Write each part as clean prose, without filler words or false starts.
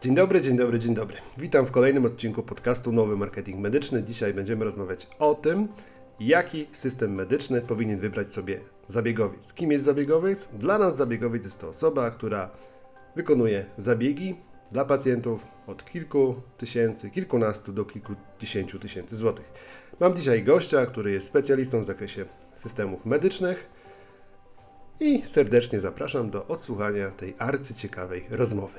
Dzień dobry, dzień dobry, dzień dobry. Witam w kolejnym odcinku podcastu Nowy Marketing Medyczny. Dzisiaj będziemy rozmawiać o tym, jaki system medyczny powinien wybrać sobie zabiegowiec. Kim jest zabiegowiec? Dla nas zabiegowiec jest to osoba, która wykonuje zabiegi dla pacjentów od kilku tysięcy, kilkunastu do kilkudziesięciu tysięcy złotych. Mam dzisiaj gościa, który jest specjalistą w zakresie systemów medycznych i serdecznie zapraszam do odsłuchania tej arcyciekawej rozmowy.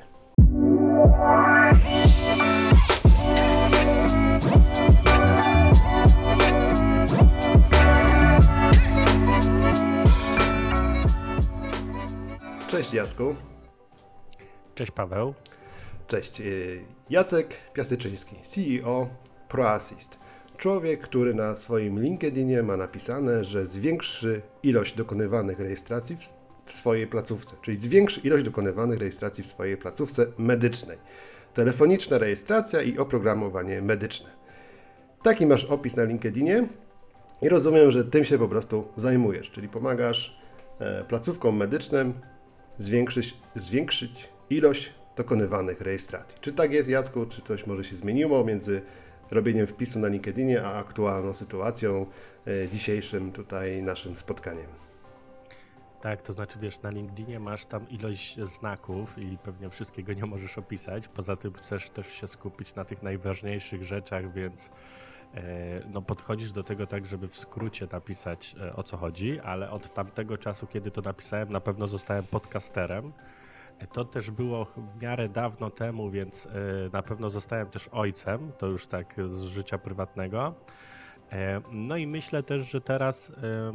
Cześć Jacku. Cześć Paweł. Cześć. Jacek Piaseczynski, CEO ProAssist. Człowiek, który na swoim LinkedInie ma napisane, że zwiększy ilość dokonywanych rejestracji w swojej placówce, czyli zwiększy ilość dokonywanych rejestracji w swojej placówce medycznej. Telefoniczna rejestracja i oprogramowanie medyczne. Taki masz opis na LinkedInie i rozumiem, że tym się po prostu zajmujesz, czyli pomagasz placówkom medycznym zwiększyć ilość dokonywanych rejestracji. Czy tak jest, Jacku? Czy coś może się zmieniło między robieniem wpisu na LinkedInie a aktualną sytuacją, dzisiejszym tutaj naszym spotkaniem? Tak, to znaczy wiesz, na LinkedInie masz tam ilość znaków i pewnie wszystkiego nie możesz opisać. Poza tym chcesz też się skupić na tych najważniejszych rzeczach, więc podchodzisz do tego tak, żeby w skrócie napisać o co chodzi, ale od tamtego czasu, kiedy to napisałem, na pewno zostałem podcasterem. To też było w miarę dawno temu, więc na pewno zostałem też ojcem, to już tak z życia prywatnego. No i myślę też, że teraz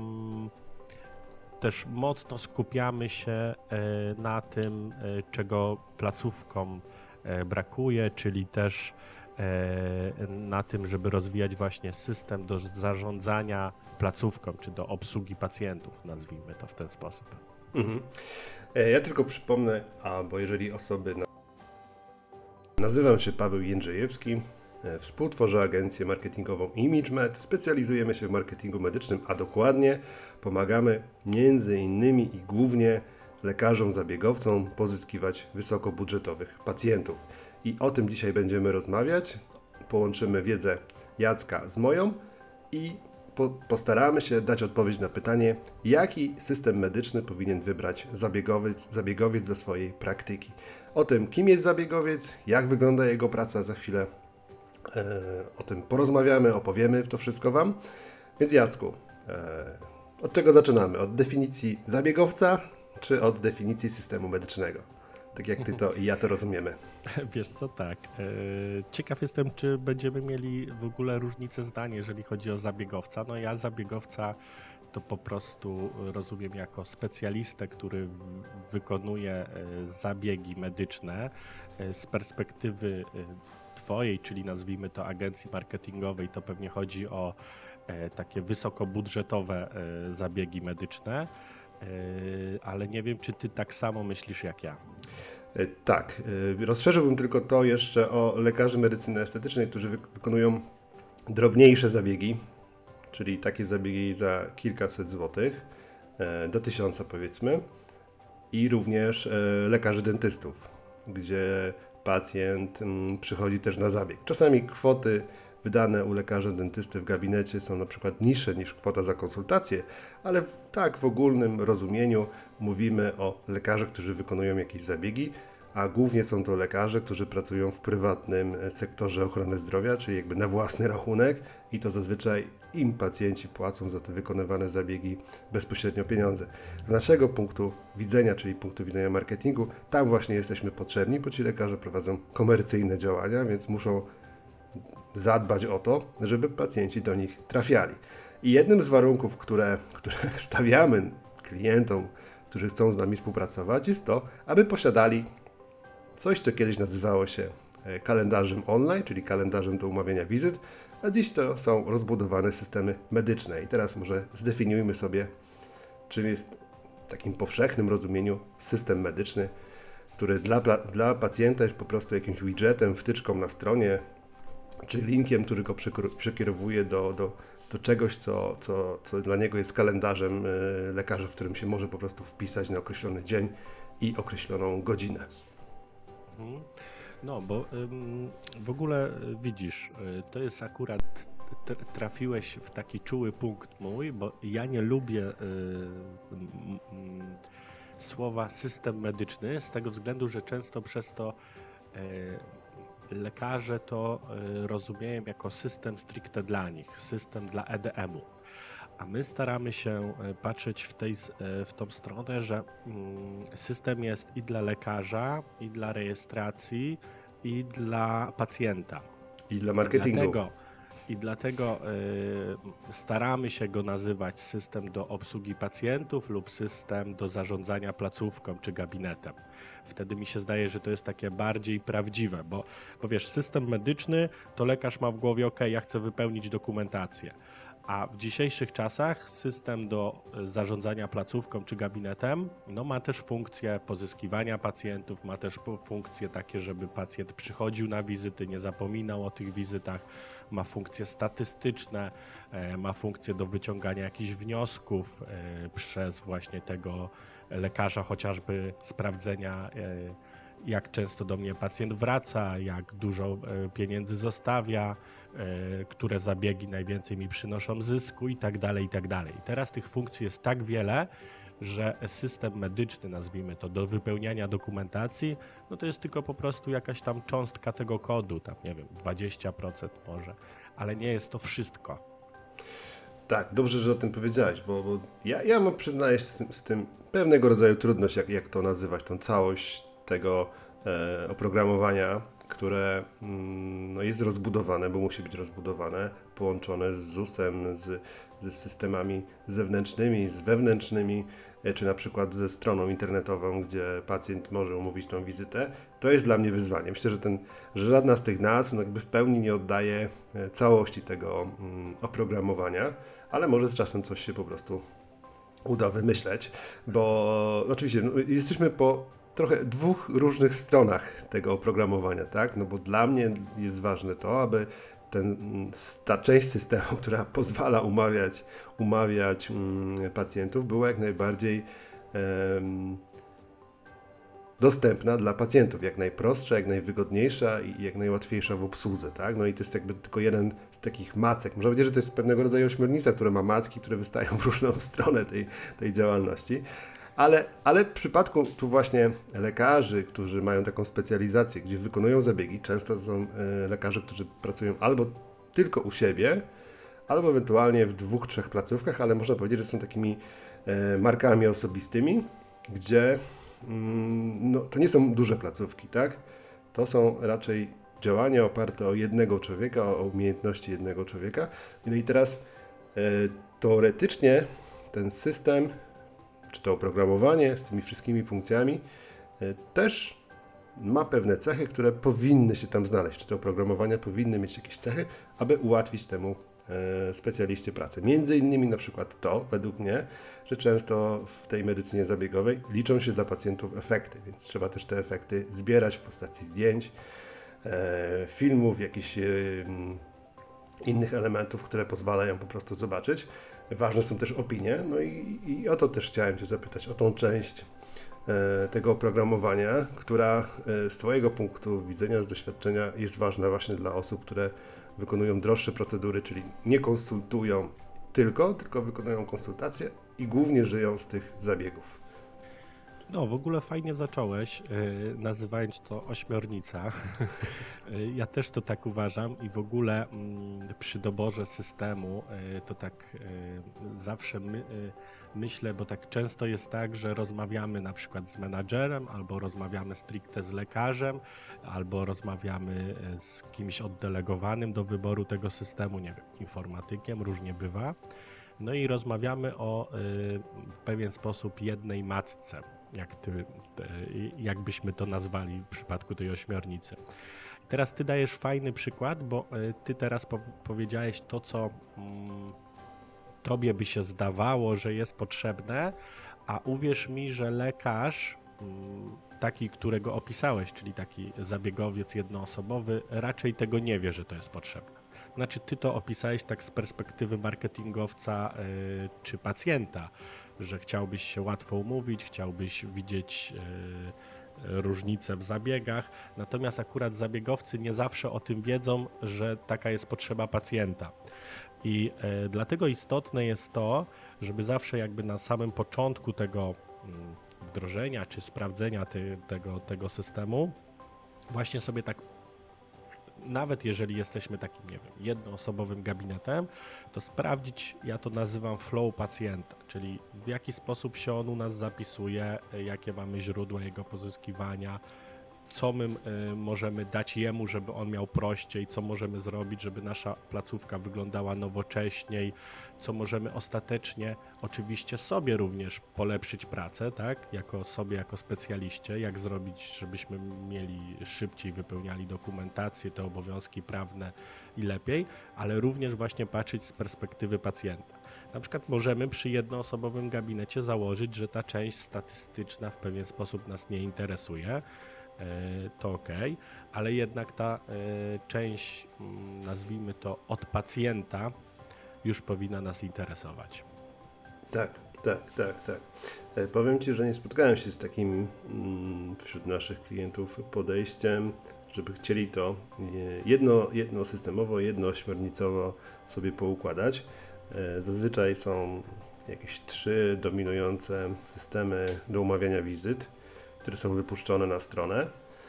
też mocno skupiamy się na tym, czego placówkom brakuje, czyli też na tym, żeby rozwijać właśnie system do zarządzania placówką, czy do obsługi pacjentów, nazwijmy to w ten sposób. Mhm. Ja tylko przypomnę, bo jeżeli osoby... Nazywam się Paweł Jędrzejewski, współtworzę agencję marketingową ImageMed, specjalizujemy się w marketingu medycznym, a dokładnie pomagamy między innymi i głównie lekarzom zabiegowcom pozyskiwać wysokobudżetowych pacjentów. I o tym dzisiaj będziemy rozmawiać. Połączymy wiedzę Jacka z moją i postaramy się dać odpowiedź na pytanie, jaki system medyczny powinien wybrać zabiegowiec do swojej praktyki. O tym, kim jest zabiegowiec, jak wygląda jego praca, za chwilę o tym porozmawiamy, opowiemy to wszystko Wam. Więc Jacku, od czego zaczynamy? Od definicji zabiegowca, czy od definicji systemu medycznego? Tak jak Ty to i ja to rozumiemy. Wiesz co, tak. Ciekaw jestem, czy będziemy mieli w ogóle różnicę zdań, jeżeli chodzi o zabiegowca. No ja zabiegowca to po prostu rozumiem jako specjalistę, który wykonuje zabiegi medyczne z perspektywy Twojej, czyli nazwijmy to agencji marketingowej, to pewnie chodzi o takie wysokobudżetowe zabiegi medyczne, ale nie wiem, czy Ty tak samo myślisz jak ja. Tak, rozszerzyłbym tylko to jeszcze o lekarzy medycyny estetycznej, którzy wykonują drobniejsze zabiegi, czyli takie zabiegi za kilkaset złotych, do 1000 powiedzmy, i również lekarzy dentystów, gdzie pacjent przychodzi też na zabieg. Czasami kwoty wydane u lekarza dentysty w gabinecie są na przykład niższe niż kwota za konsultację, ale w ogólnym rozumieniu mówimy o lekarzach, którzy wykonują jakieś zabiegi, a głównie są to lekarze, którzy pracują w prywatnym sektorze ochrony zdrowia, czyli jakby na własny rachunek, i to zazwyczaj im pacjenci płacą za te wykonywane zabiegi bezpośrednio pieniądze. Z naszego punktu widzenia, czyli punktu widzenia marketingu, tam właśnie jesteśmy potrzebni, bo ci lekarze prowadzą komercyjne działania, więc muszą zadbać o to, żeby pacjenci do nich trafiali. I jednym z warunków, które stawiamy klientom, którzy chcą z nami współpracować, jest to, aby posiadali coś, co kiedyś nazywało się kalendarzem online, czyli kalendarzem do umawiania wizyt, a dziś to są rozbudowane systemy medyczne. I teraz może zdefiniujmy sobie, czym jest w takim powszechnym rozumieniu system medyczny, który dla pacjenta jest po prostu jakimś widgetem, wtyczką na stronie, czy linkiem, który go przekierowuje do czegoś, co dla niego jest kalendarzem lekarza, w którym się może po prostu wpisać na określony dzień i określoną godzinę. No, bo w ogóle widzisz, to jest akurat, trafiłeś w taki czuły punkt mój, bo ja nie lubię słowa system medyczny z tego względu, że często przez to lekarze to rozumieją jako system stricte dla nich, system dla EDM-u. A my staramy się patrzeć w tą stronę, że system jest i dla lekarza, i dla rejestracji, i dla pacjenta. I dla marketingu. Dlatego staramy się go nazywać system do obsługi pacjentów lub system do zarządzania placówką czy gabinetem. Wtedy mi się zdaje, że to jest takie bardziej prawdziwe, bo wiesz, system medyczny to lekarz ma w głowie, ok, ja chcę wypełnić dokumentację. A w dzisiejszych czasach system do zarządzania placówką czy gabinetem ma też funkcję pozyskiwania pacjentów, ma też funkcje takie, żeby pacjent przychodził na wizyty, nie zapominał o tych wizytach, ma funkcje statystyczne, ma funkcję do wyciągania jakichś wniosków przez właśnie tego lekarza, chociażby sprawdzenia, jak często do mnie pacjent wraca, jak dużo pieniędzy zostawia, które zabiegi najwięcej mi przynoszą zysku i tak dalej, i tak dalej. I teraz tych funkcji jest tak wiele, że system medyczny, nazwijmy to, do wypełniania dokumentacji, to jest tylko po prostu jakaś tam cząstka tego kodu, tam nie wiem, 20% może, ale nie jest to wszystko. Tak, dobrze, że o tym powiedziałeś, bo ja mam, przyznaję, z tym pewnego rodzaju trudność, jak to nazywać, tą całość tego oprogramowania, które jest rozbudowane, bo musi być rozbudowane, połączone z ZUS-em, ze systemami zewnętrznymi, z wewnętrznymi, czy na przykład ze stroną internetową, gdzie pacjent może umówić tą wizytę. To jest dla mnie wyzwanie. Myślę, że żadna z tych nazw jakby w pełni nie oddaje całości tego oprogramowania, ale może z czasem coś się po prostu uda wymyśleć, bo oczywiście jesteśmy po trochę dwóch różnych stronach tego oprogramowania, tak? No bo dla mnie jest ważne to, aby ta część systemu, która pozwala umawiać pacjentów, była jak najbardziej dostępna dla pacjentów, jak najprostsza, jak najwygodniejsza i jak najłatwiejsza w obsłudze, tak? No i to jest jakby tylko jeden z takich macek. Można powiedzieć, że to jest pewnego rodzaju ośmiornica, która ma macki, które wystają w różną stronę tej działalności. Ale w przypadku tu właśnie lekarzy, którzy mają taką specjalizację, gdzie wykonują zabiegi, często są lekarze, którzy pracują albo tylko u siebie, albo ewentualnie w 2-3 placówkach, ale można powiedzieć, że są takimi markami osobistymi, gdzie to nie są duże placówki, tak? To są raczej działania oparte o jednego człowieka, o umiejętności jednego człowieka. No i teraz teoretycznie ten system, czy to oprogramowanie z tymi wszystkimi funkcjami też ma pewne cechy, które powinny się tam znaleźć. Czy te oprogramowania powinny mieć jakieś cechy, aby ułatwić temu specjaliście pracę. Między innymi na przykład to, według mnie, że często w tej medycynie zabiegowej liczą się dla pacjentów efekty, więc trzeba też te efekty zbierać w postaci zdjęć, filmów, jakichś innych elementów, które pozwalają po prostu zobaczyć. Ważne są też opinie, no i o to też chciałem Cię zapytać, o tą część tego oprogramowania, która z Twojego punktu widzenia, z doświadczenia jest ważna właśnie dla osób, które wykonują droższe procedury, czyli nie konsultują tylko wykonują konsultacje i głównie żyją z tych zabiegów. No, w ogóle fajnie zacząłeś, nazywając to ośmiornica. Ja też to tak uważam i w ogóle przy doborze systemu to tak zawsze myślę, bo tak często jest tak, że rozmawiamy na przykład z menadżerem, albo rozmawiamy stricte z lekarzem, albo rozmawiamy z kimś oddelegowanym do wyboru tego systemu, nie wiem, informatykiem, różnie bywa. No i rozmawiamy o w pewien sposób jednej matce, jakbyśmy to nazwali w przypadku tej ośmiornicy. Teraz Ty dajesz fajny przykład, bo Ty teraz powiedziałeś to, co Tobie by się zdawało, że jest potrzebne, a uwierz mi, że lekarz, taki, którego opisałeś, czyli taki zabiegowiec jednoosobowy, raczej tego nie wie, że to jest potrzebne. Znaczy, Ty to opisałeś tak z perspektywy marketingowca czy pacjenta, że chciałbyś się łatwo umówić, chciałbyś widzieć różnice w zabiegach, natomiast akurat zabiegowcy nie zawsze o tym wiedzą, że taka jest potrzeba pacjenta. I dlatego istotne jest to, żeby zawsze jakby na samym początku tego wdrożenia czy sprawdzenia tego systemu właśnie sobie tak, nawet jeżeli jesteśmy takim, nie wiem, jednoosobowym gabinetem, to sprawdzić, ja to nazywam flow pacjenta, czyli w jaki sposób się on u nas zapisuje, jakie mamy źródła jego pozyskiwania, co my możemy dać jemu, żeby on miał prościej, co możemy zrobić, żeby nasza placówka wyglądała nowocześniej, co możemy ostatecznie oczywiście sobie również polepszyć pracę, tak, jako specjaliście, jak zrobić, żebyśmy mieli szybciej, wypełniali dokumentację, te obowiązki prawne i lepiej, ale również właśnie patrzeć z perspektywy pacjenta. Na przykład możemy przy jednoosobowym gabinecie założyć, że ta część statystyczna w pewien sposób nas nie interesuje, to ok, ale jednak ta część, nazwijmy to od pacjenta, już powinna nas interesować. Tak. Powiem Ci, że nie spotkałem się z takim wśród naszych klientów podejściem, żeby chcieli to jednosystemowo, jednoośmiornicowo sobie poukładać. Zazwyczaj są jakieś 3 dominujące systemy do umawiania wizyt, które są wypuszczone na stronę,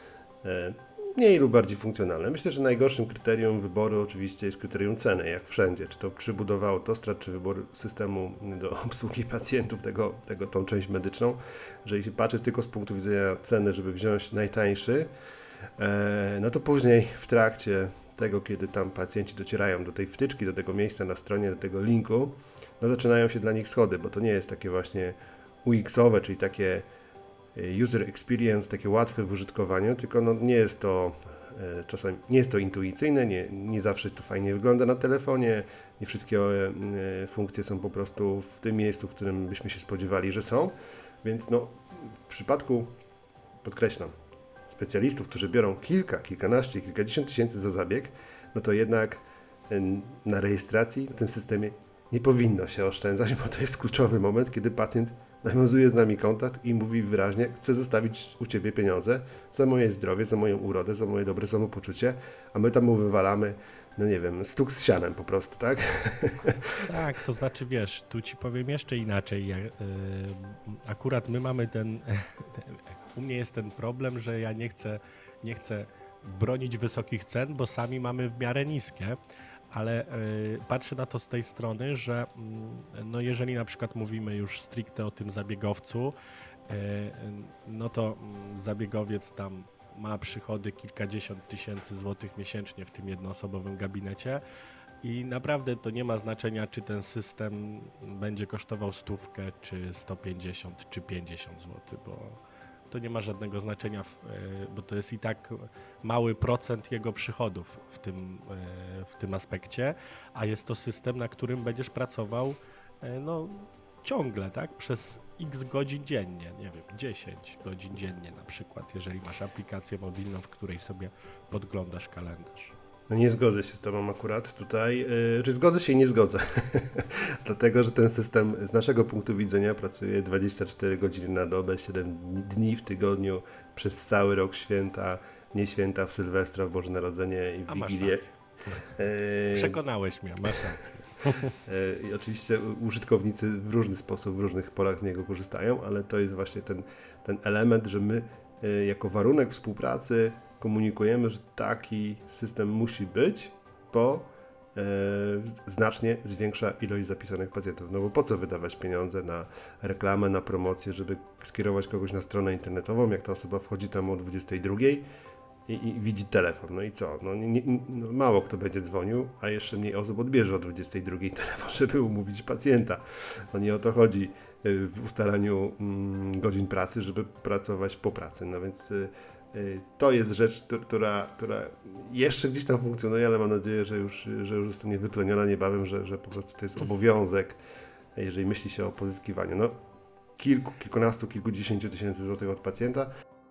mniej lub bardziej funkcjonalne. Myślę, że najgorszym kryterium wyboru oczywiście jest kryterium ceny, jak wszędzie. Czy to przybudowa autostrad, czy wybór systemu do obsługi pacjentów, tą część medyczną. Jeżeli się patrzy tylko z punktu widzenia ceny, żeby wziąć najtańszy, no to później w trakcie tego, kiedy tam pacjenci docierają do tej wtyczki, do tego miejsca na stronie, do tego linku, no zaczynają się dla nich schody, bo to nie jest takie właśnie UX-owe, czyli takie user experience, takie łatwe w użytkowaniu, tylko no nie jest to czasami nie jest to intuicyjne, nie zawsze to fajnie wygląda na telefonie, nie wszystkie funkcje są po prostu w tym miejscu, w którym byśmy się spodziewali, że są, więc no w przypadku, podkreślam, specjalistów, którzy biorą kilkanaście, kilkadziesiąt tysięcy za zabieg, no to jednak na rejestracji w tym systemie nie powinno się oszczędzać, bo to jest kluczowy moment, kiedy pacjent nawiązuje z nami kontakt i mówi wyraźnie: chcę zostawić u Ciebie pieniądze za moje zdrowie, za moją urodę, za moje dobre samopoczucie, a my tam mu wywalamy, no nie wiem, stuk z sianem po prostu, tak? Tak, to znaczy wiesz, tu Ci powiem jeszcze inaczej. Akurat my mamy u mnie jest ten problem, że ja nie chcę bronić wysokich cen, bo sami mamy w miarę niskie, ale patrzę na to z tej strony, że no jeżeli na przykład mówimy już stricte o tym zabiegowcu, no to zabiegowiec tam ma przychody kilkadziesiąt tysięcy złotych miesięcznie w tym jednoosobowym gabinecie i naprawdę to nie ma znaczenia, czy ten system będzie kosztował 100, czy 150, czy 50 zł, bo to nie ma żadnego znaczenia, bo to jest i tak mały procent jego przychodów w tym aspekcie, a jest to system, na którym będziesz pracował no, ciągle, tak? Przez x godzin dziennie, nie wiem, 10 godzin dziennie na przykład, jeżeli masz aplikację mobilną, w której sobie podglądasz kalendarz. No nie zgodzę się z Tobą akurat tutaj, czy zgodzę się i nie zgodzę, dlatego, że ten system z naszego punktu widzenia pracuje 24 godziny na dobę, 7 dni w tygodniu, przez cały rok święta, nie święta, w Sylwestra, w Boże Narodzenie i w Wigilię. Przekonałeś mnie, masz rację. I oczywiście użytkownicy w różny sposób, w różnych porach z niego korzystają, ale to jest właśnie ten element, że my jako warunek współpracy komunikujemy, że taki system musi być, bo znacznie zwiększa ilość zapisanych pacjentów. No bo po co wydawać pieniądze na reklamę, na promocję, żeby skierować kogoś na stronę internetową, jak ta osoba wchodzi tam o 22 i widzi telefon. No i co? No, no mało kto będzie dzwonił, a jeszcze mniej osób odbierze o 22 telefon, żeby umówić pacjenta. No nie o to chodzi w ustalaniu godzin pracy, żeby pracować po pracy. No więc to jest rzecz, która jeszcze gdzieś tam funkcjonuje, ale mam nadzieję, że już zostanie wypleniona niebawem, że po prostu to jest obowiązek, jeżeli myśli się o pozyskiwaniu kilkunastu, kilkudziesięciu tysięcy złotych od pacjenta.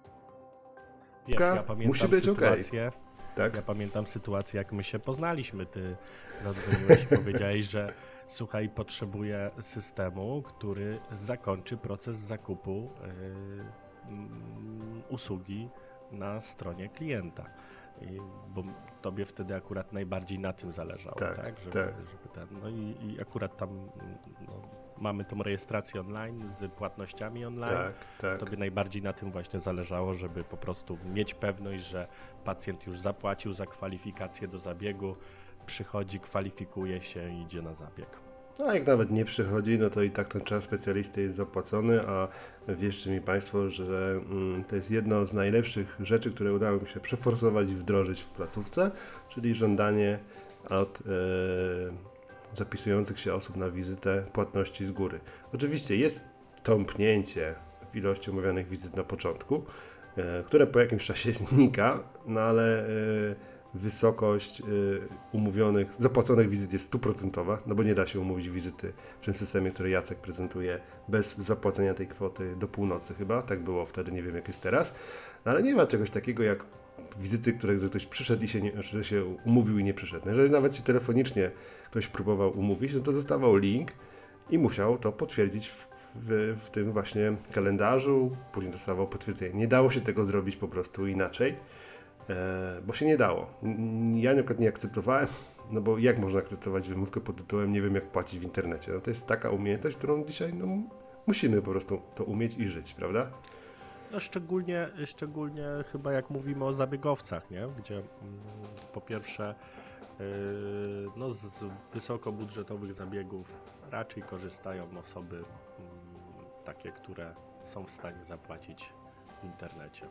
Wiesz, ja pamiętam musi być sytuację, tak? Ja pamiętam sytuację, jak my się poznaliśmy. Ty zadzwoniłeś i powiedziałeś, że słuchaj, potrzebuję systemu, który zakończy proces zakupu usługi na stronie klienta. Bo tobie wtedy akurat najbardziej na tym zależało, tak? Żeby ten, no i akurat tam mamy tą rejestrację online z płatnościami online. Tak. Tobie najbardziej na tym właśnie zależało, żeby po prostu mieć pewność, że pacjent już zapłacił za kwalifikację do zabiegu, przychodzi, kwalifikuje się i idzie na zabieg. A jak nawet nie przychodzi, no to i tak ten czas specjalisty jest zapłacony, a wierzcie mi Państwo, że to jest jedno z najlepszych rzeczy, które udało mi się przeforsować i wdrożyć w placówce, czyli żądanie od zapisujących się osób na wizytę płatności z góry. Oczywiście jest tąpnięcie w ilości omawianych wizyt na początku, które po jakimś czasie znika, no ale wysokość umówionych, zapłaconych wizyt jest 100%, no bo nie da się umówić wizyty w tym systemie, który Jacek prezentuje, bez zapłacenia tej kwoty do północy chyba, tak było wtedy, nie wiem jak jest teraz, no ale nie ma czegoś takiego jak wizyty, które ktoś przyszedł i się umówił i nie przyszedł. Jeżeli nawet się telefonicznie ktoś próbował umówić, no to dostawał link i musiał to potwierdzić w tym właśnie kalendarzu, później dostawał potwierdzenie. Nie dało się tego zrobić po prostu inaczej, bo się nie dało. Ja na przykład nie akceptowałem, no bo jak można akceptować wymówkę pod tytułem nie wiem jak płacić w internecie. No to jest taka umiejętność, którą dzisiaj musimy po prostu to umieć i żyć, prawda? No szczególnie chyba jak mówimy o zabiegowcach, nie? Gdzie po pierwsze z wysokobudżetowych zabiegów raczej korzystają osoby takie, które są w stanie zapłacić w internecie.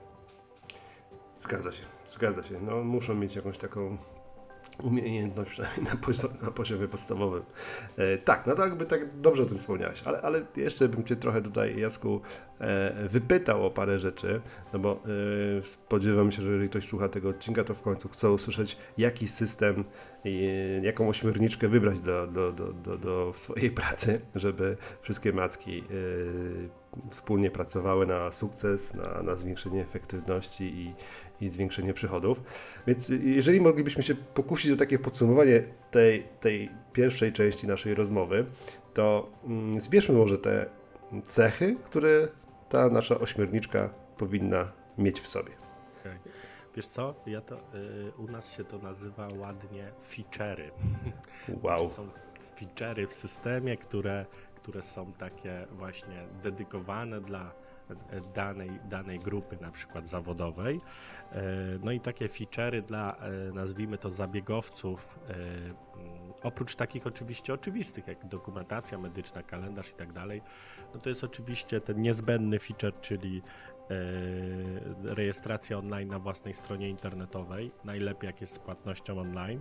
Zgadza się. No, muszą mieć jakąś taką umiejętność przynajmniej na poziomie podstawowym. Tak, no to jakby tak dobrze o tym wspomniałeś, ale jeszcze bym Cię trochę tutaj, Jacku, wypytał o parę rzeczy, no bo spodziewam się, że jeżeli ktoś słucha tego odcinka, to w końcu chce usłyszeć, jaki system, jaką ośmiorniczkę wybrać do swojej pracy, żeby wszystkie macki wspólnie pracowały na sukces, na zwiększenie efektywności i zwiększenie przychodów. Więc jeżeli moglibyśmy się pokusić o takie podsumowanie tej pierwszej części naszej rozmowy, to zbierzmy może te cechy, które ta nasza ośmiorniczka powinna mieć w sobie. Okay. Wiesz co, u nas się to nazywa ładnie feature'y. Wow. To są feature'y w systemie, które są takie właśnie dedykowane dla danej grupy, na przykład zawodowej. No i takie feature'y dla, nazwijmy to, zabiegowców, oprócz takich oczywiście oczywistych, jak dokumentacja medyczna, kalendarz i tak dalej, no to jest oczywiście ten niezbędny feature, czyli rejestracja online na własnej stronie internetowej, najlepiej jak jest z płatnością online.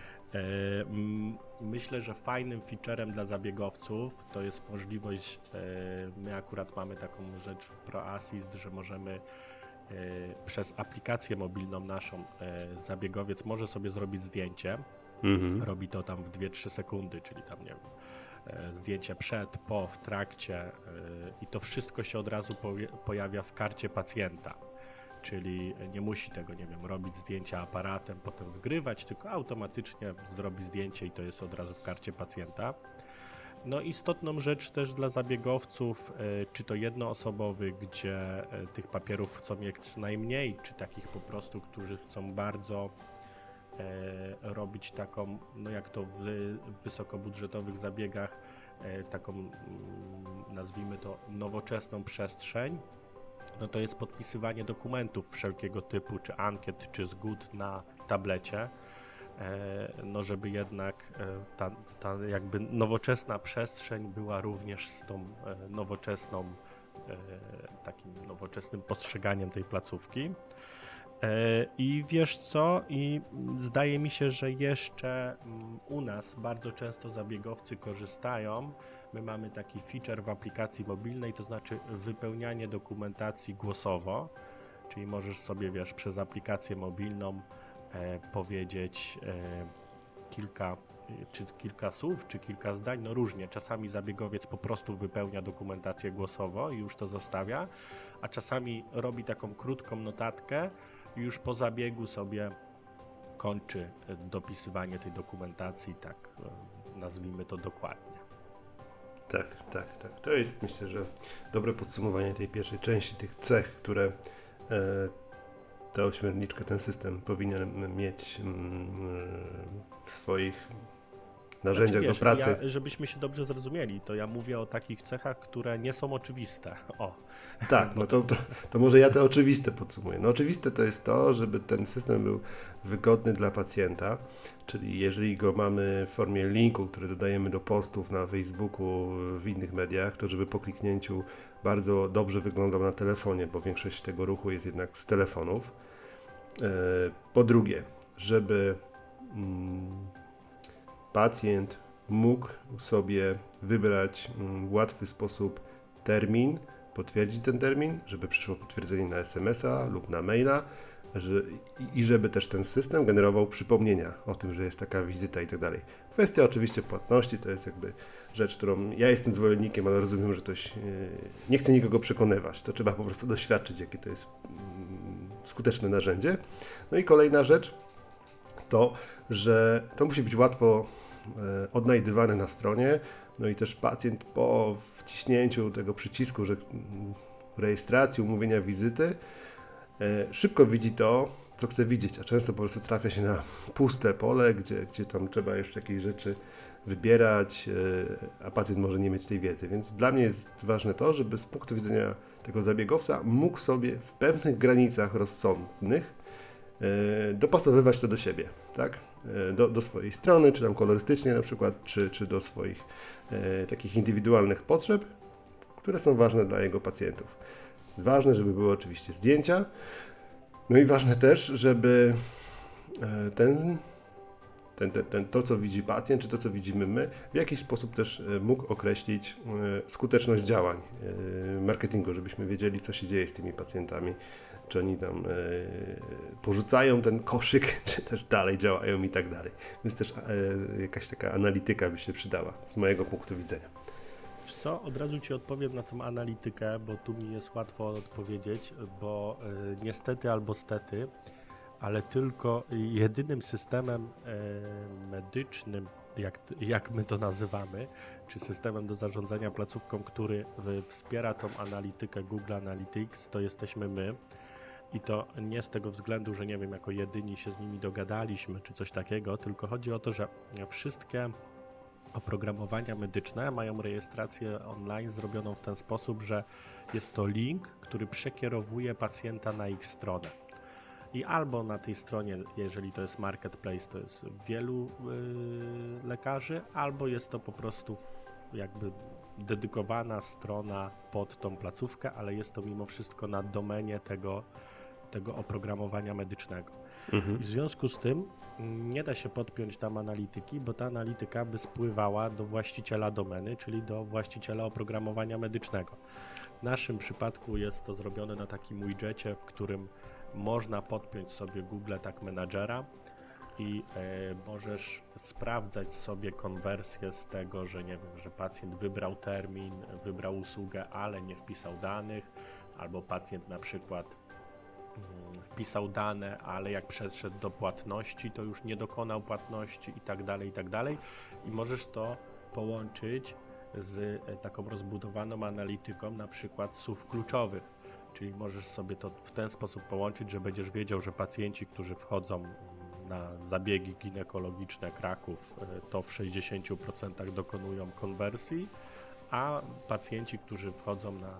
Myślę, że fajnym featurem dla zabiegowców to jest możliwość, my akurat mamy taką rzecz w ProAssist, że możemy przez aplikację mobilną naszą, zabiegowiec może sobie zrobić zdjęcie, robi to tam w 2-3 sekundy, czyli tam nie wiem, zdjęcie przed, po, w trakcie i to wszystko się od razu pojawia w karcie pacjenta. Czyli nie musi tego, nie wiem, robić zdjęcia aparatem, potem wgrywać, tylko automatycznie zrobi zdjęcie i to jest od razu w karcie pacjenta. No istotną rzecz też dla zabiegowców, czy to jednoosobowych, gdzie tych papierów chcą mieć najmniej, czy takich po prostu, którzy chcą bardzo robić taką, no jak to w wysokobudżetowych zabiegach, taką, nazwijmy to, nowoczesną przestrzeń. No to jest podpisywanie dokumentów wszelkiego typu, czy ankiet, czy zgód na tablecie, no żeby jednak ta jakby nowoczesna przestrzeń była również z tą nowoczesną, takim nowoczesnym postrzeganiem tej placówki. I wiesz co, i zdaje mi się, że jeszcze u nas bardzo często zabiegowcy korzystają. My mamy taki feature w aplikacji mobilnej, to znaczy wypełnianie dokumentacji głosowo, czyli możesz sobie, wiesz, przez aplikację mobilną powiedzieć kilka słów, czy kilka zdań, no różnie. Czasami zabiegowiec po prostu wypełnia dokumentację głosowo i już to zostawia, a czasami robi taką krótką notatkę i już po zabiegu sobie kończy dopisywanie tej dokumentacji, tak nazwijmy to dokładnie. Tak. To jest, myślę, że dobre podsumowanie tej pierwszej części, tych cech, które ta ośmiorniczka, ten system powinien mieć w swoich narzędziach do pracy. Żebyśmy się dobrze zrozumieli, to ja mówię o takich cechach, które nie są oczywiste. Tak, no to może ja te oczywiste podsumuję. No oczywiste to jest to, żeby ten system był wygodny dla pacjenta, czyli jeżeli go mamy w formie linku, który dodajemy do postów na Facebooku, w innych mediach, to żeby po kliknięciu bardzo dobrze wyglądał na telefonie, bo większość tego ruchu jest jednak z telefonów. Po drugie, żeby pacjent mógł sobie wybrać w łatwy sposób termin, potwierdzić ten termin, żeby przyszło potwierdzenie na SMS-a lub na maila i żeby też ten system generował przypomnienia o tym, że jest taka wizyta i tak dalej. Kwestia oczywiście płatności to jest jakby rzecz, którą ja jestem zwolennikiem, ale rozumiem, że nie chcę nikogo przekonywać. To trzeba po prostu doświadczyć, jakie to jest skuteczne narzędzie. No i kolejna rzecz to, że to musi być łatwo odnajdywane na stronie, no i też pacjent po wciśnięciu tego przycisku, że rejestracji, umówienia wizyty, szybko widzi to, co chce widzieć, a często po prostu trafia się na puste pole, gdzie tam trzeba jeszcze jakieś rzeczy wybierać, a pacjent może nie mieć tej wiedzy. Więc dla mnie jest ważne to, żeby z punktu widzenia tego zabiegowca mógł sobie w pewnych granicach rozsądnych dopasowywać to do siebie, tak? Do swojej strony, czy tam kolorystycznie na przykład, czy do swoich takich indywidualnych potrzeb, które są ważne dla jego pacjentów. Ważne, żeby były oczywiście zdjęcia, no i ważne też, żeby to, co widzi pacjent, czy to, co widzimy my, w jakiś sposób też mógł określić skuteczność działań marketingu, żebyśmy wiedzieli, co się dzieje z tymi pacjentami, czy oni tam porzucają ten koszyk, czy też dalej działają i tak dalej. Więc też jakaś taka analityka by się przydała z mojego punktu widzenia. Wiesz co, od razu Ci odpowiem na tą analitykę, bo tu mi jest łatwo odpowiedzieć, bo niestety albo stety, ale tylko jedynym systemem medycznym, jak my to nazywamy, czy systemem do zarządzania placówką, który wspiera tą analitykę Google Analytics, to jesteśmy my. I to nie z tego względu, że nie wiem, jako jedyni się z nimi dogadaliśmy, czy coś takiego, tylko chodzi o to, że wszystkie oprogramowania medyczne mają rejestrację online zrobioną w ten sposób, że jest to link, który przekierowuje pacjenta na ich stronę. I albo na tej stronie, jeżeli to jest marketplace, to jest wielu lekarzy, albo jest to po prostu jakby dedykowana strona pod tą placówkę, ale jest to mimo wszystko na domenie tego oprogramowania medycznego. I w związku z tym nie da się podpiąć tam analityki, bo ta analityka by spływała do właściciela domeny, czyli do właściciela oprogramowania medycznego. W naszym przypadku jest to zrobione na takim widgetie, w którym można podpiąć sobie Google Tag Managera i możesz sprawdzać sobie konwersję z tego, że nie wiem, że pacjent wybrał termin, wybrał usługę, ale nie wpisał danych, albo pacjent na przykład wpisał dane, ale jak przeszedł do płatności, to już nie dokonał płatności i tak dalej. I możesz to połączyć z taką rozbudowaną analityką, na przykład słów kluczowych, czyli możesz sobie to w ten sposób połączyć, że będziesz wiedział, że pacjenci, którzy wchodzą na zabiegi ginekologiczne Kraków, to w 60% dokonują konwersji, a pacjenci, którzy wchodzą na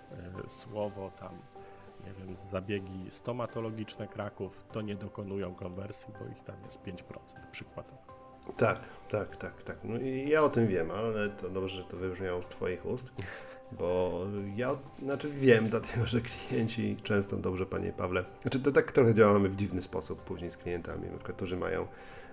słowo tam, nie wiem, zabiegi stomatologiczne Kraków, to nie dokonują konwersji, bo ich tam jest 5% przykładowo. Tak. No i ja o tym wiem, ale to dobrze, że to wybrzmiało z Twoich ust, bo ja wiem, dlatego że klienci często, dobrze Panie Pawle, to tak trochę działamy w dziwny sposób później z klientami, na przykład, którzy mają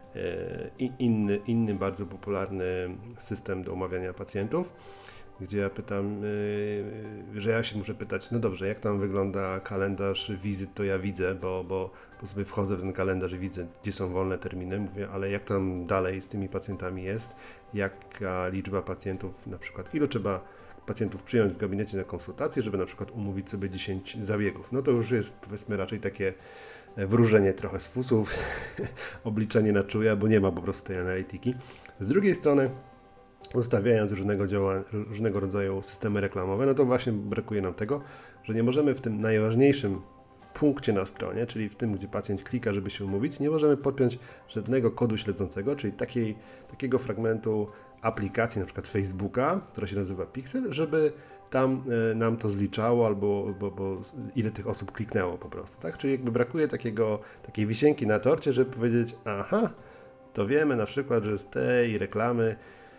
inny bardzo popularny system do umawiania pacjentów, gdzie ja pytam, że ja się muszę pytać, no dobrze, jak tam wygląda kalendarz wizyt, to ja widzę, bo sobie wchodzę w ten kalendarz i widzę, gdzie są wolne terminy, mówię, ale jak tam dalej z tymi pacjentami jest, jaka liczba pacjentów, na przykład ilu trzeba pacjentów przyjąć w gabinecie na konsultację, żeby na przykład umówić sobie 10 zabiegów. No to już jest, powiedzmy, raczej takie wróżenie trochę z fusów, obliczenie na czuja, bo nie ma po prostu tej analityki. Z drugiej strony ustawiając różnego rodzaju systemy reklamowe, no to właśnie brakuje nam tego, że nie możemy w tym najważniejszym punkcie na stronie, czyli w tym, gdzie pacjent klika, żeby się umówić, nie możemy podpiąć żadnego kodu śledzącego, czyli takiego fragmentu aplikacji, na przykład Facebooka, która się nazywa Pixel, żeby tam nam to zliczało albo bo ile tych osób kliknęło po prostu, tak? Czyli jakby brakuje takiej wisienki na torcie, żeby powiedzieć, aha, to wiemy na przykład, że z tej reklamy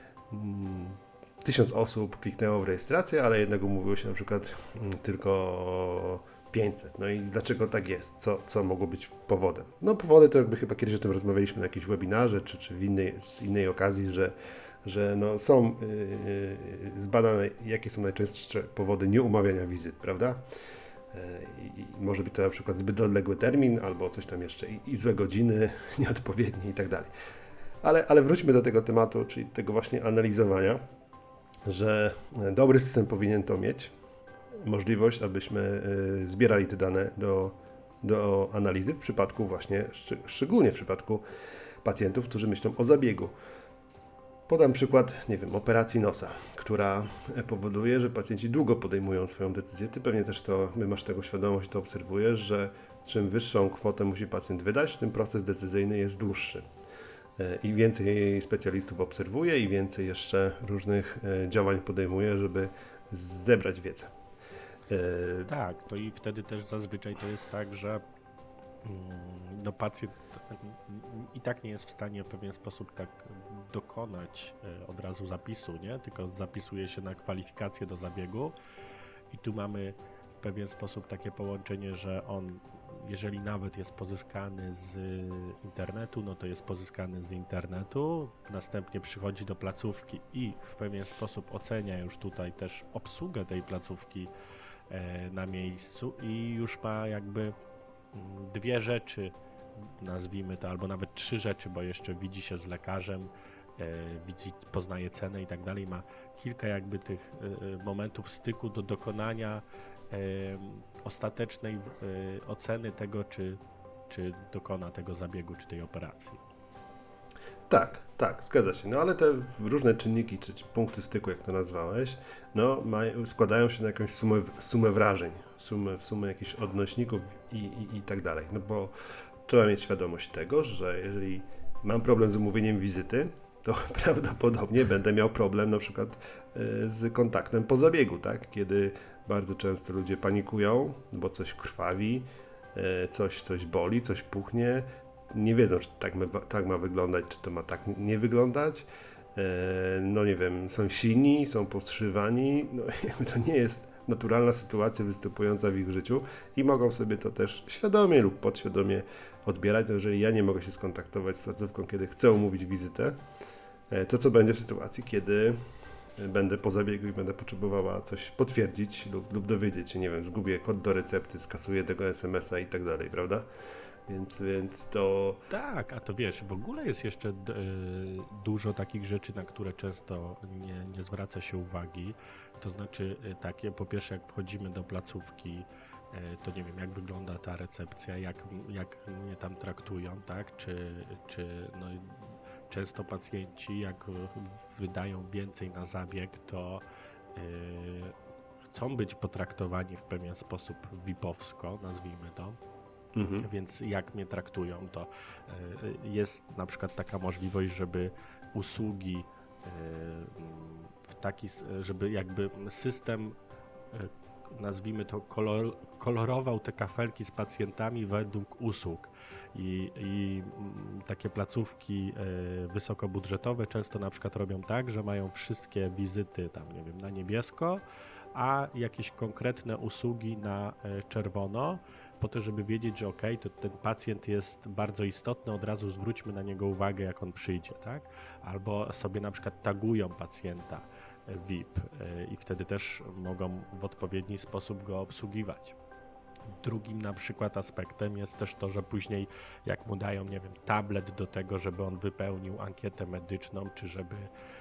1000 osób kliknęło w rejestrację, ale jednak umówiło się na przykład tylko 500. No i dlaczego tak jest? Co mogło być powodem? No powody to jakby chyba kiedyś o tym rozmawialiśmy na jakimś webinarze, czy z innej okazji, że no są zbadane, jakie są najczęstsze powody nieumawiania wizyt, prawda? I może być to na przykład zbyt odległy termin, albo coś tam jeszcze, i złe godziny, nieodpowiednie i tak dalej. Ale wróćmy do tego tematu, czyli tego właśnie analizowania, że dobry system powinien to mieć, możliwość, abyśmy zbierali te dane do analizy w przypadku właśnie, szczególnie w przypadku pacjentów, którzy myślą o zabiegu. Podam przykład, nie wiem, operacji nosa, która powoduje, że pacjenci długo podejmują swoją decyzję. Ty pewnie też masz tego świadomość, to obserwujesz, że czym wyższą kwotę musi pacjent wydać, tym proces decyzyjny jest dłuższy. I więcej specjalistów obserwuje i więcej jeszcze różnych działań podejmuje, żeby zebrać wiedzę. Tak, to i wtedy też zazwyczaj to jest tak, że no pacjent i tak nie jest w stanie w pewien sposób tak dokonać od razu zapisu, nie? Tylko zapisuje się na kwalifikację do zabiegu i tu mamy w pewien sposób takie połączenie, że on, jeżeli nawet jest pozyskany z internetu, no to jest pozyskany z internetu, następnie przychodzi do placówki i w pewien sposób ocenia już tutaj też obsługę tej placówki na miejscu i już ma jakby dwie rzeczy, nazwijmy to, albo nawet trzy rzeczy, bo jeszcze widzi się z lekarzem, poznaje cenę i tak dalej, ma kilka jakby tych momentów styku do dokonania ostatecznej oceny tego, czy dokona tego zabiegu, czy tej operacji. Tak, zgadza się. No ale te różne czynniki, czy punkty styku, jak to nazwałeś, no składają się na jakąś sumę wrażeń, sumę jakichś odnośników i tak dalej. No bo trzeba mieć świadomość tego, że jeżeli mam problem z umówieniem wizyty, to prawdopodobnie będę miał problem na przykład z kontaktem po zabiegu, tak? Kiedy bardzo często ludzie panikują, bo coś krwawi, coś boli, coś puchnie, nie wiedzą, czy tak ma wyglądać, czy to ma tak nie wyglądać. No nie wiem, są silni, są postrzywani, no jakby to nie jest naturalna sytuacja występująca w ich życiu i mogą sobie to też świadomie lub podświadomie odbierać. No jeżeli ja nie mogę się skontaktować z placówką, kiedy chcę umówić wizytę, to co będzie w sytuacji, kiedy będę po zabiegu i będę potrzebowała coś potwierdzić lub dowiedzieć się, nie wiem, zgubię kod do recepty, skasuję tego SMS-a i tak dalej, prawda? Więc to... Tak, a to wiesz, w ogóle jest jeszcze dużo takich rzeczy, na które często nie zwraca się uwagi. To znaczy takie, po pierwsze jak wchodzimy do placówki, to nie wiem, jak wygląda ta recepcja, jak mnie tam traktują, tak? Czy no, często pacjenci, jak wydają więcej na zabieg, to chcą być potraktowani w pewien sposób VIP-owsko, nazwijmy to. Więc jak mnie traktują, to jest na przykład taka możliwość, żeby usługi żeby jakby system, nazwijmy to, kolorował te kafelki z pacjentami według usług i takie placówki wysokobudżetowe często na przykład robią tak, że mają wszystkie wizyty tam, nie wiem, na niebiesko, a jakieś konkretne usługi na czerwono, po to, żeby wiedzieć, że to ten pacjent jest bardzo istotny, od razu zwróćmy na niego uwagę, jak on przyjdzie, tak? Albo sobie na przykład tagują pacjenta VIP i wtedy też mogą w odpowiedni sposób go obsługiwać. Drugim na przykład aspektem jest też to, że później jak mu dają, nie wiem, tablet do tego, żeby on wypełnił ankietę medyczną, czy żeby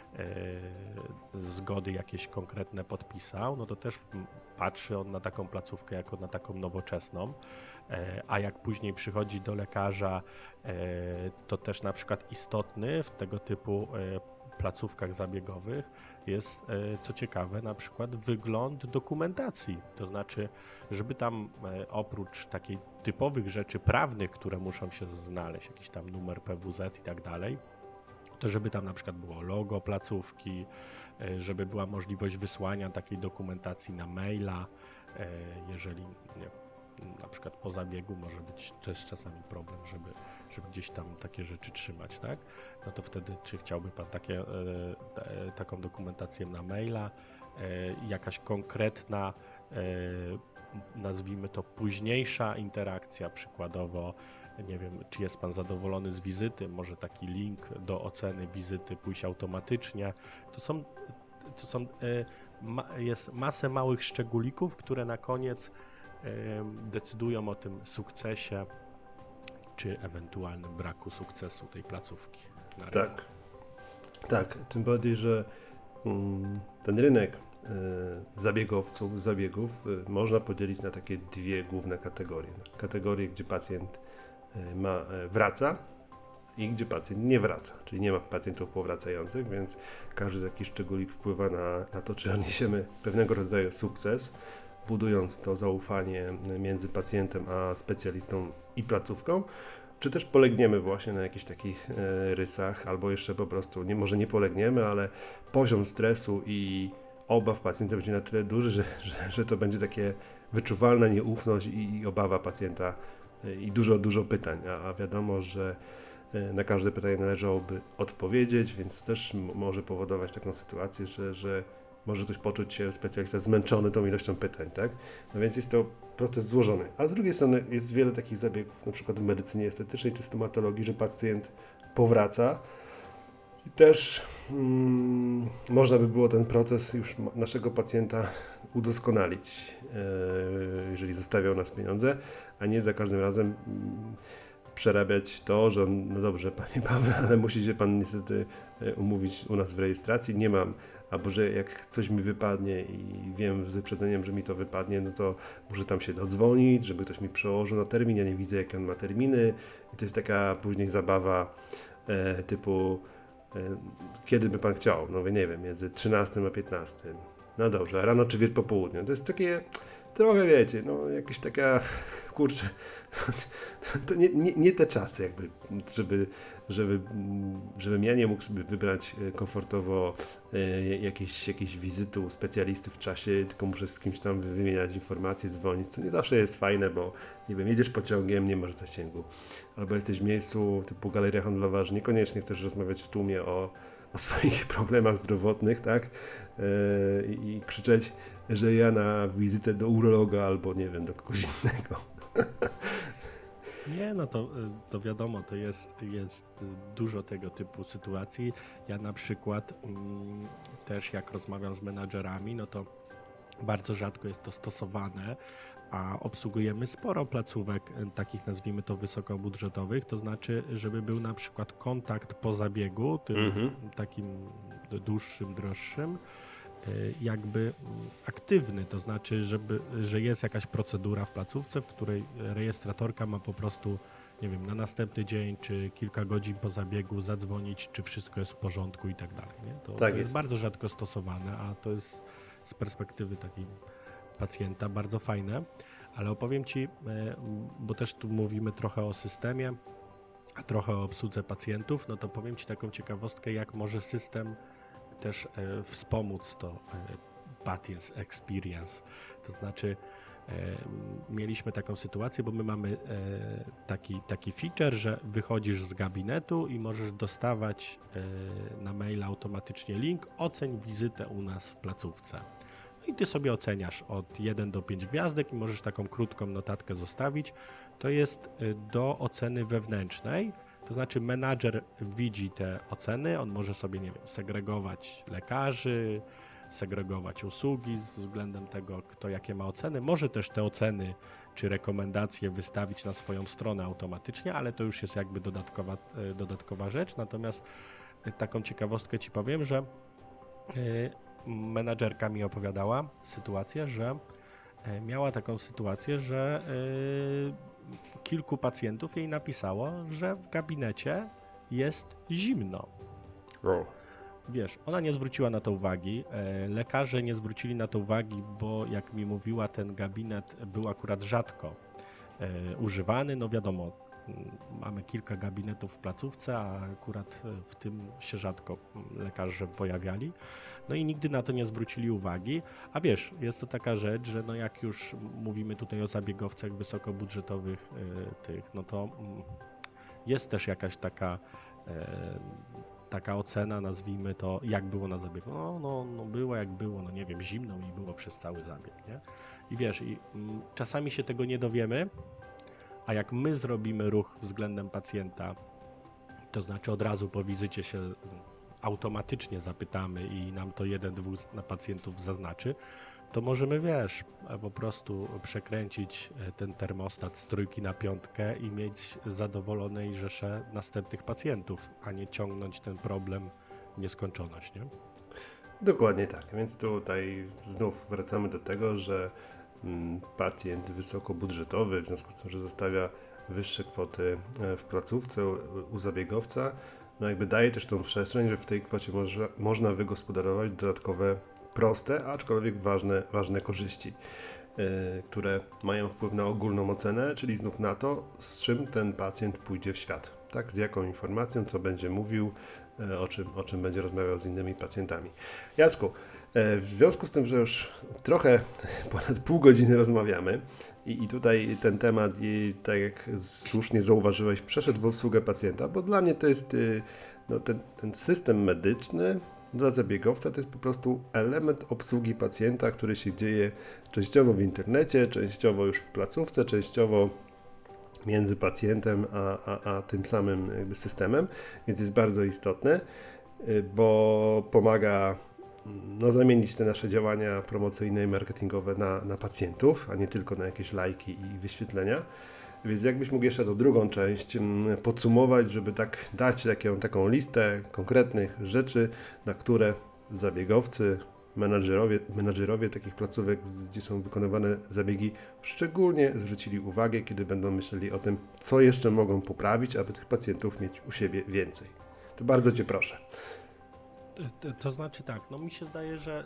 zgody jakieś konkretne podpisał, no to też patrzy on na taką placówkę jako na taką nowoczesną, a jak później przychodzi do lekarza, to też na przykład istotny w tego typu placówkach zabiegowych jest, co ciekawe, na przykład wygląd dokumentacji. To znaczy, żeby tam oprócz takich typowych rzeczy prawnych, które muszą się znaleźć, jakiś tam numer PWZ i tak dalej, to żeby tam na przykład było logo placówki, żeby była możliwość wysłania takiej dokumentacji na maila, jeżeli na przykład po zabiegu może być też czasami problem, żeby gdzieś tam takie rzeczy trzymać, tak? No to wtedy czy chciałby Pan taką dokumentację na maila, jakaś konkretna, nazwijmy to późniejsza interakcja, przykładowo, nie wiem, czy jest Pan zadowolony z wizyty, może taki link do oceny wizyty pójść automatycznie. Jest masę małych szczególików, które na koniec decydują o tym sukcesie, czy ewentualnym braku sukcesu tej placówki na rynku. Tak, tak, tym bardziej, że ten rynek zabiegów można podzielić na takie dwie główne kategorie. Kategorie, gdzie pacjent wraca i gdzie pacjent nie wraca, czyli nie ma pacjentów powracających, więc każdy taki szczególik wpływa na to, czy odniesiemy pewnego rodzaju sukces, budując to zaufanie między pacjentem a specjalistą i placówką, czy też polegniemy właśnie na jakichś takich rysach, albo jeszcze po prostu, może nie polegniemy, ale poziom stresu i obaw pacjenta będzie na tyle duży, że to będzie takie wyczuwalna nieufność i obawa pacjenta i dużo pytań, a wiadomo, że na każde pytanie należałoby odpowiedzieć, więc to też może powodować taką sytuację, że może ktoś poczuć się specjalista zmęczony tą ilością pytań, tak? No więc jest to proces złożony. A z drugiej strony jest wiele takich zabiegów, na przykład w medycynie estetycznej czy stomatologii, że pacjent powraca i też można by było ten proces już naszego pacjenta udoskonalić, jeżeli zostawiał nas pieniądze, a nie za każdym razem przerabiać to, że no dobrze, Panie Pawle, ale musi się Pan niestety umówić u nas w rejestracji, nie mam, albo że jak coś mi wypadnie i wiem z wyprzedzeniem, że mi to wypadnie, no to muszę tam się dodzwonić, żeby ktoś mi przełożył na termin, ja nie widzę, jakie on ma terminy i to jest taka później zabawa typu kiedy by Pan chciał, no nie wiem, między 13 a 15. No dobrze, rano czy po południu. To jest takie trochę, wiecie, no jakaś taka, kurczę, to nie te czasy jakby, żebym ja nie mógł sobie wybrać komfortowo jakiejś wizyty u specjalisty w czasie, tylko muszę z kimś tam wymieniać informacje, dzwonić, co nie zawsze jest fajne, bo nie wiem, jedziesz pociągiem, nie masz zasięgu, albo jesteś w miejscu typu galeria handlowa, że niekoniecznie chcesz rozmawiać w tłumie o swoich problemach zdrowotnych, tak? I krzyczeć, że ja na wizytę do urologa albo nie wiem, do kogoś innego. Nie, no to wiadomo, to jest dużo tego typu sytuacji. Ja na przykład też jak rozmawiam z menadżerami, no to bardzo rzadko jest to stosowane, a obsługujemy sporo placówek, takich nazwijmy to wysokobudżetowych, to znaczy, żeby był na przykład kontakt po zabiegu, tym takim dłuższym, droższym, jakby aktywny, to znaczy, że jest jakaś procedura w placówce, w której rejestratorka ma po prostu, nie wiem, na następny dzień, czy kilka godzin po zabiegu zadzwonić, czy wszystko jest w porządku i tak dalej. Nie? To jest bardzo rzadko stosowane, a to jest z perspektywy takiej pacjenta bardzo fajne, ale opowiem Ci, bo też tu mówimy trochę o systemie, a trochę o obsłudze pacjentów, no to powiem Ci taką ciekawostkę, jak może system też wspomóc to Patients Experience. To znaczy mieliśmy taką sytuację, bo my mamy taki feature, że wychodzisz z gabinetu i możesz dostawać na maila automatycznie link, oceń wizytę u nas w placówce. No i Ty sobie oceniasz od 1 do 5 gwiazdek i możesz taką krótką notatkę zostawić. To jest do oceny wewnętrznej. To znaczy menadżer widzi te oceny, on może sobie, nie wiem, segregować lekarzy, segregować usługi z względem tego, kto jakie ma oceny. Może też te oceny czy rekomendacje wystawić na swoją stronę automatycznie, ale to już jest jakby dodatkowa rzecz. Natomiast taką ciekawostkę Ci powiem, że menadżerka mi opowiadała sytuację, że miała taką sytuację, że kilku pacjentów jej napisało, że w gabinecie jest zimno. wiesz, ona nie zwróciła na to uwagi, lekarze nie zwrócili na to uwagi, bo jak mi mówiła, ten gabinet był akurat rzadko używany, no wiadomo, mamy kilka gabinetów w placówce, a akurat w tym się rzadko lekarze pojawiali, no i nigdy na to nie zwrócili uwagi, a wiesz, jest to taka rzecz, że no jak już mówimy tutaj o zabiegowcach wysokobudżetowych no to jest też jakaś taka ocena, nazwijmy to, jak było na zabiegu. No było jak było, no nie wiem, zimno mi było przez cały zabieg, nie? I wiesz, czasami się tego nie dowiemy, a jak my zrobimy ruch względem pacjenta, to znaczy od razu po wizycie się automatycznie zapytamy i nam to 1-2 na pacjentów zaznaczy, to możemy, wiesz, po prostu przekręcić ten termostat z 3 na 5 i mieć zadowolonej rzeszę następnych pacjentów, a nie ciągnąć ten problem w nieskończoność, nie? Dokładnie tak, więc tutaj znów wracamy do tego, że pacjent wysokobudżetowy, w związku z tym, że zostawia wyższe kwoty w placówce u zabiegowca, no jakby daje też tą przestrzeń, że w tej kwocie można wygospodarować dodatkowe, proste, aczkolwiek ważne korzyści, które mają wpływ na ogólną ocenę, czyli znów na to, z czym ten pacjent pójdzie w świat, tak? Z jaką informacją, co będzie mówił, o czym będzie rozmawiał z innymi pacjentami. Jacku, w związku z tym, że już trochę ponad pół godziny rozmawiamy i tutaj ten temat, tak jak słusznie zauważyłeś, przeszedł w obsługę pacjenta, bo dla mnie to jest no, ten system medyczny dla zabiegowca to jest po prostu element obsługi pacjenta, który się dzieje częściowo w internecie, częściowo już w placówce, częściowo między pacjentem a tym samym jakby systemem, więc jest bardzo istotny, bo pomaga zamienić te nasze działania promocyjne i marketingowe na pacjentów, a nie tylko na jakieś lajki i wyświetlenia. Więc jakbyś mógł jeszcze tą drugą część podsumować, żeby tak dać taką listę konkretnych rzeczy, na które zabiegowcy, menadżerowie takich placówek, gdzie są wykonywane zabiegi, szczególnie zwrócili uwagę, kiedy będą myśleli o tym, co jeszcze mogą poprawić, aby tych pacjentów mieć u siebie więcej. To bardzo Cię proszę. To znaczy tak, no mi się zdaje, że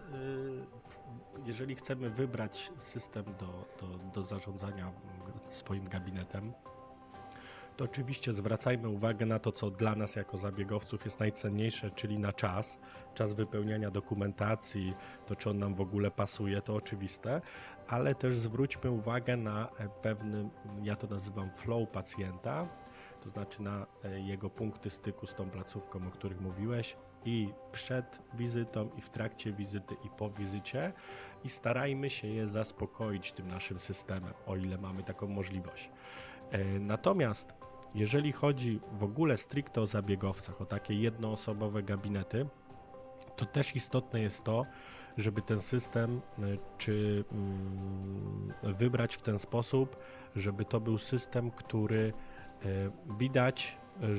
jeżeli chcemy wybrać system do zarządzania swoim gabinetem, to oczywiście zwracajmy uwagę na to, co dla nas jako zabiegowców jest najcenniejsze, czyli na czas wypełniania dokumentacji, to czy on nam w ogóle pasuje, to oczywiste, ale też zwróćmy uwagę na pewny, ja to nazywam flow pacjenta, to znaczy na jego punkty styku z tą placówką, o których mówiłeś, i przed wizytą, i w trakcie wizyty, i po wizycie, i starajmy się je zaspokoić tym naszym systemem, o ile mamy taką możliwość. Natomiast jeżeli chodzi w ogóle stricte o zabiegowcach, o takie jednoosobowe gabinety, to też istotne jest to, żeby ten system wybrać w ten sposób, żeby to był system, który widać,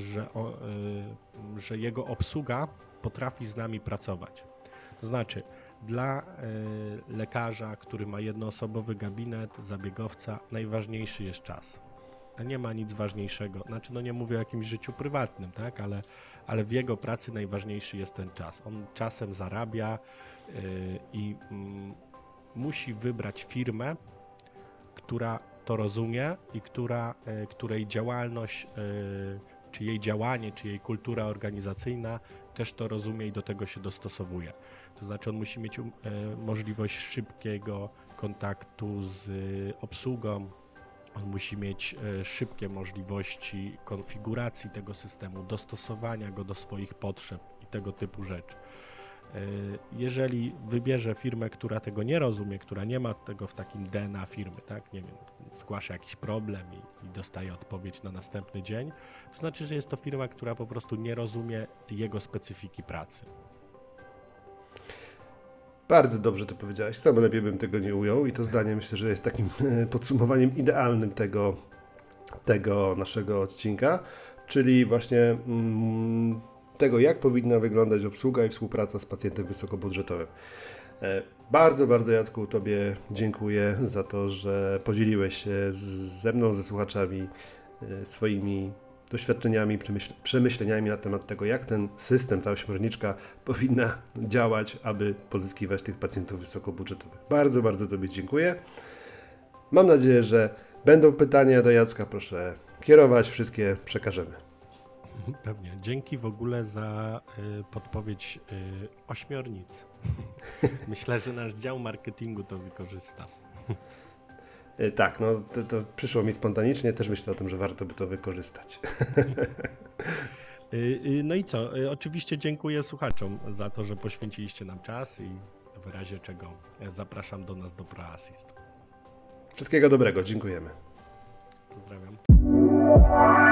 że jego obsługa potrafi z nami pracować. To znaczy, dla lekarza, który ma jednoosobowy gabinet, zabiegowca, najważniejszy jest czas. Nie ma nic ważniejszego, znaczy no nie mówię o jakimś życiu prywatnym, tak, ale w jego pracy najważniejszy jest ten czas. On czasem zarabia i musi wybrać firmę, która to rozumie i której działalność, czy jej działanie, czy jej kultura organizacyjna też to rozumie i do tego się dostosowuje. To znaczy on musi mieć możliwość szybkiego kontaktu z obsługą, on musi mieć szybkie możliwości konfiguracji tego systemu, dostosowania go do swoich potrzeb i tego typu rzeczy. Jeżeli wybierze firmę, która tego nie rozumie, która nie ma tego w takim DNA firmy, tak, nie wiem, zgłasza jakiś problem i dostaje odpowiedź na następny dzień, to znaczy, że jest to firma, która po prostu nie rozumie jego specyfiki pracy. Bardzo dobrze to powiedziałeś, sam lepiej bym tego nie ujął i to zdanie myślę, że jest takim podsumowaniem idealnym tego naszego odcinka, czyli właśnie tego, jak powinna wyglądać obsługa i współpraca z pacjentem wysokobudżetowym. Bardzo, bardzo Jacku Tobie dziękuję za to, że podzieliłeś się ze mną, ze słuchaczami swoimi doświadczeniami, przemyśleniami na temat tego, jak ten system, ta ośmiorniczka powinna działać, aby pozyskiwać tych pacjentów wysokobudżetowych. Bardzo, bardzo Tobie dziękuję. Mam nadzieję, że będą pytania do Jacka, proszę kierować, wszystkie przekażemy. Pewnie. Dzięki w ogóle za podpowiedź ośmiornic. Myślę, że nasz dział marketingu to wykorzysta. Tak, no to przyszło mi spontanicznie, też myślę o tym, że warto by to wykorzystać. No i co? Oczywiście dziękuję słuchaczom za to, że poświęciliście nam czas i w razie czego zapraszam do nas do ProAssist. Wszystkiego dobrego, dziękujemy. Pozdrawiam.